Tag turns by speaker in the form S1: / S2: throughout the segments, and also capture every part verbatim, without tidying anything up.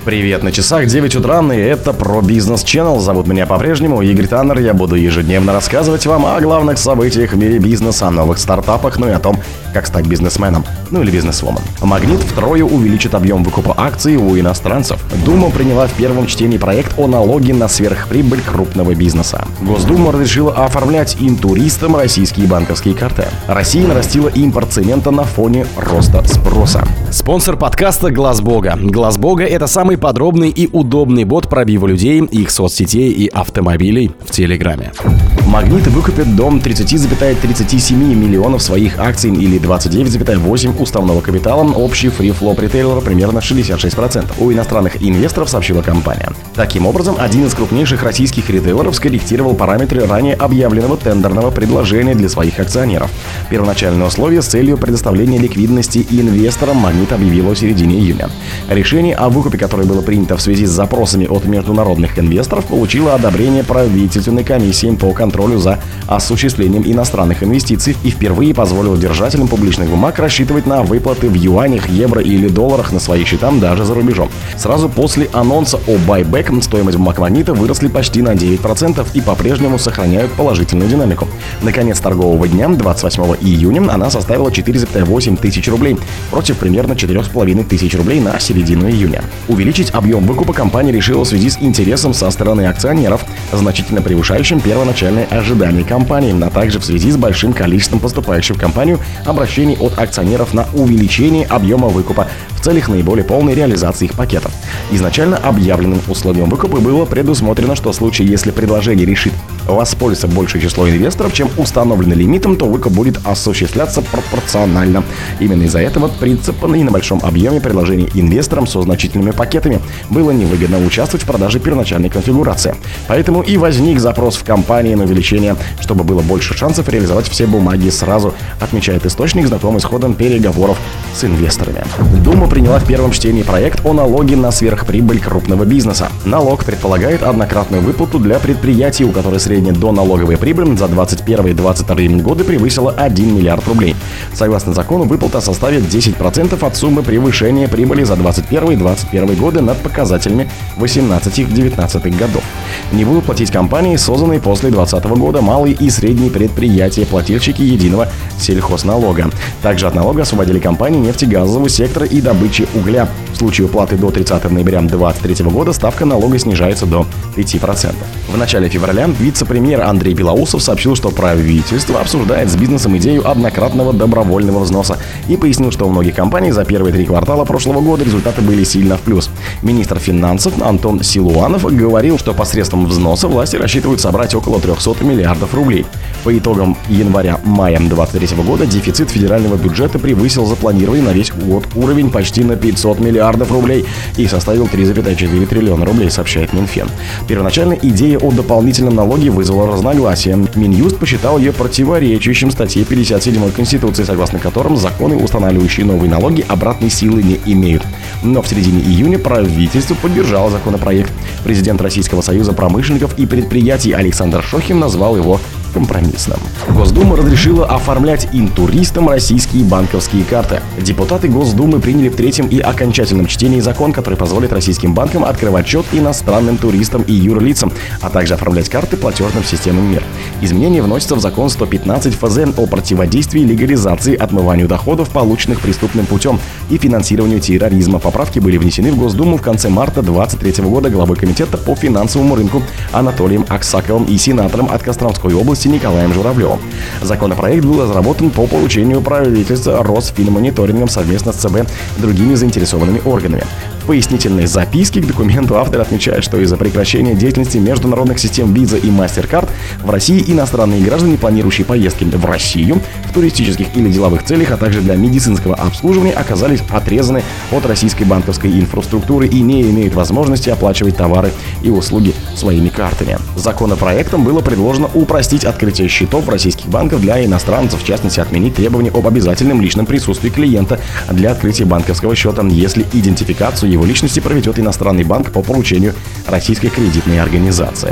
S1: Привет, на часах девять утра, и это про бизнес Channel. Зовут меня по-прежнему Игорь Таннер. Я буду ежедневно рассказывать вам о главных событиях в мире бизнеса, о новых стартапах, ну и о том, как стать бизнесменом, ну или бизнесвумен. Магнит втрое увеличит объем выкупа акций у иностранцев. Дума приняла в первом чтении проект о налоге на сверхприбыль крупного бизнеса. Госдума разрешила оформлять интуристам российские банковские карты. Россия нарастила импорт цемента на фоне роста спроса. Спонсор подкаста Глаз Бога. Глаз Бога — это самый подробный и удобный бот пробива людей, их соцсетей и автомобилей в Телеграме. Магнит выкупит до тридцать целых тридцать семь миллионов своих акций или двадцать девять целых восемь десятых уставного капитала. Общий фри-флоп ритейлера примерно шестьдесят шесть процентов. У иностранных инвесторов, сообщила компания. Таким образом, один из крупнейших российских ритейлеров скорректировал параметры ранее объявленного тендерного предложения для своих акционеров. Первоначальное условие с целью предоставления ликвидности инвесторам Магнит объявила в середине июня. Решение о выкупе, которое было принято в связи с запросами от международных инвесторов, получило одобрение правительственной комиссии по контролю за осуществлением иностранных инвестиций и впервые позволило держателям публичных бумаг рассчитывать на выплаты в юанях, евро или долларах на свои счета даже за рубежом. Сразу после анонса о байбек стоимость бумаг Магнита выросли почти на девять процентов и по-прежнему сохраняют положительную динамику. Наконец торгового дня, двадцать восьмого июня, она составила четыре целых восемь десятых тысяч рублей против примерно четыре с половиной тысяч рублей на середину июня. Увеличить объем выкупа компания решила в связи с интересом со стороны акционеров, значительно превышающим первоначальные ожидания компании, а также в связи с большим количеством поступающих в компанию обращений от акционеров на увеличение объема выкупа в целях наиболее полной реализации их пакетов. Изначально объявленным условием выкупа было предусмотрено, что в случае, если предложение решит воспользоваться большее число инвесторов, чем установлено лимитом, то выкуп будет осуществляться пропорционально. Именно из-за этого принципа и на большом объеме предложений инвесторам со значительными пакетами было невыгодно участвовать в продаже первоначальной конфигурации. Поэтому и возник запрос в компании на увеличение, чтобы было больше шансов реализовать все бумаги сразу, отмечает источник, знакомый с ходом переговоров с инвесторами. Дума приняла в первом чтении проект о налоге на сверхприбыль крупного бизнеса. Налог предполагает однократную выплату для предприятий, у которых средняя доналоговая прибыль за двадцать первый — двадцать второй годы превысила один миллиард рублей. Согласно закону, выплата составит десять процентов от суммы превышения прибыли за двадцать первый — двадцать первый годы над показателями восемнадцатого-девятнадцатого годов. Не будут платить компании, созданные после двадцатого года, малые и средние предприятия, плательщики единого сельхозналога. Также от налога освободили компании нефтегазового сектора и добычи угля. В случае уплаты до тридцатого ноября две тысячи двадцать третьего года ставка налога снижается до пяти процентов. В начале февраля вице-премьер Андрей Белоусов сообщил, что правительство обсуждает с бизнесом идею однократного добровольного взноса и пояснил, что у многих компаний за первые три квартала прошлого года результаты были сильно в плюс. Министр финансов Антон Силуанов говорил, что посредством взноса власти рассчитывают собрать около трехсот миллиардов рублей. По итогам января-мая две тысячи двадцать третьего года дефицит федерального бюджета превысил запланированный на весь год уровень почти на пятьсот миллиардов рублей и составил три целых четыре триллиона рублей, сообщает Минфин. Первоначально идея о дополнительном налоге вызвала разногласия. Минюст посчитал ее противоречащим статье пятьдесят седьмой Конституции, согласно которым законы, устанавливающие новые налоги, обратной силы не имеют. Но в середине июня правительство поддержало законопроект. Президент Российского союза промышленников и предприятий Александр Шохин назвал его компромиссным. Госдума разрешила оформлять интуристам российские банковские карты. Депутаты Госдумы приняли в третьем и окончательном чтении закон, который позволит российским банкам открывать счет иностранным туристам и юрлицам, а также оформлять карты платежным системам МИР. Изменения вносятся в закон сто пятнадцать эф зэ о противодействии легализации, отмыванию доходов, полученных преступным путем, и финансированию терроризма. Поправки были внесены в Госдуму в конце марта две тысячи двадцать третьего года главой комитета по финансовому рынку Анатолием Аксаковым и сенатором от Костромской области Николаем Журавлевым. Законопроект был разработан по поручению правительства Росфинмониторингом совместно с цэ бэ и другими заинтересованными органами. В пояснительной записке к документу автор отмечает, что из-за прекращения деятельности международных систем Visa и MasterCard в России иностранные граждане, планирующие поездки в Россию в туристических или деловых целях, а также для медицинского обслуживания, оказались отрезаны от российской банковской инфраструктуры и не имеют возможности оплачивать товары и услуги своими картами. Законопроектом было предложено упростить открытие счетов российских банков для иностранцев, в частности, отменить требования об обязательном личном присутствии клиента для открытия банковского счета, если идентификацию его личности проведет иностранный банк по поручению российской кредитной организации.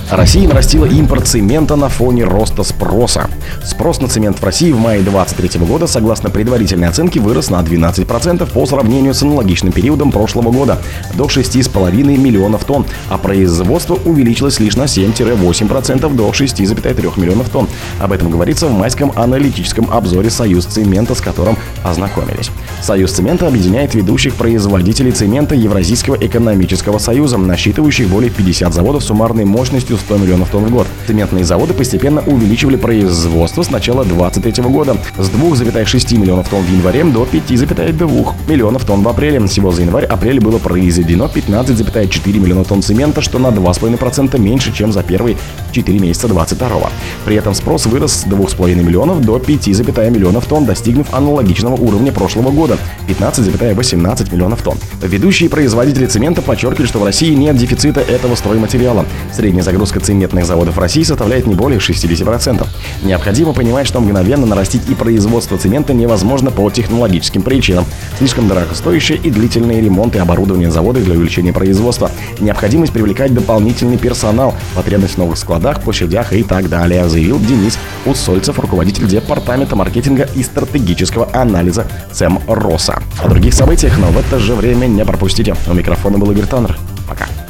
S1: Россия нарастила импорт цемента на фоне роста спроса. Спрос на цемент в России в мае две тысячи двадцать третьего года, согласно предварительной оценке, вырос на двенадцать процентов по сравнению с аналогичным периодом прошлого года до шести с половиной миллионов тонн, а производство увеличилось лишь на семь-восемь процентов до шести целых трёх миллионов тонн. Об этом говорится в майском аналитическом обзоре «Союз цемента», с которым ознакомились. Союз цемента объединяет ведущих производителей цемента Евразийского экономического союза, насчитывающих более пятидесяти заводов с суммарной мощностью сто миллионов тонн в год. Цементные заводы постепенно увеличивали производство с начала две тысячи двадцать третьего года с двух целых шести десятых миллионов тонн в январе до пяти целых двух миллионов тонн в апреле. Всего за январь-апрель было произведено пятнадцать целых четыре миллиона тонн цемента, что на два целых пять десятых процента меньше, чем за первые четыре месяца две тысячи двадцать второго. При этом спрос вырос с двух целых пяти десятых миллионов до пяти целых пяти миллионов тонн, достигнув аналогичного уровня прошлого года – пятнадцать целых восемнадцать миллионов тонн. Ведущие производители цемента подчеркивали, что в России нет дефицита этого стройматериала. Средняя загрузка цементных заводов в России составляет не более шестидесяти процентов. Необходимо понимать, что мгновенно нарастить и производство цемента невозможно по технологическим причинам. Слишком дорогостоящие и длительные ремонты оборудования заводов для увеличения производства, необходимость привлекать дополнительный персонал, потребность в новых складах, площадях и так далее, заявил Денис Усольцев, руководитель департамента маркетинга и стратегического анализа ЦемРоса. О других событиях, но в это же время не пропустите. У микрофона был Игорь Таннер. Пока.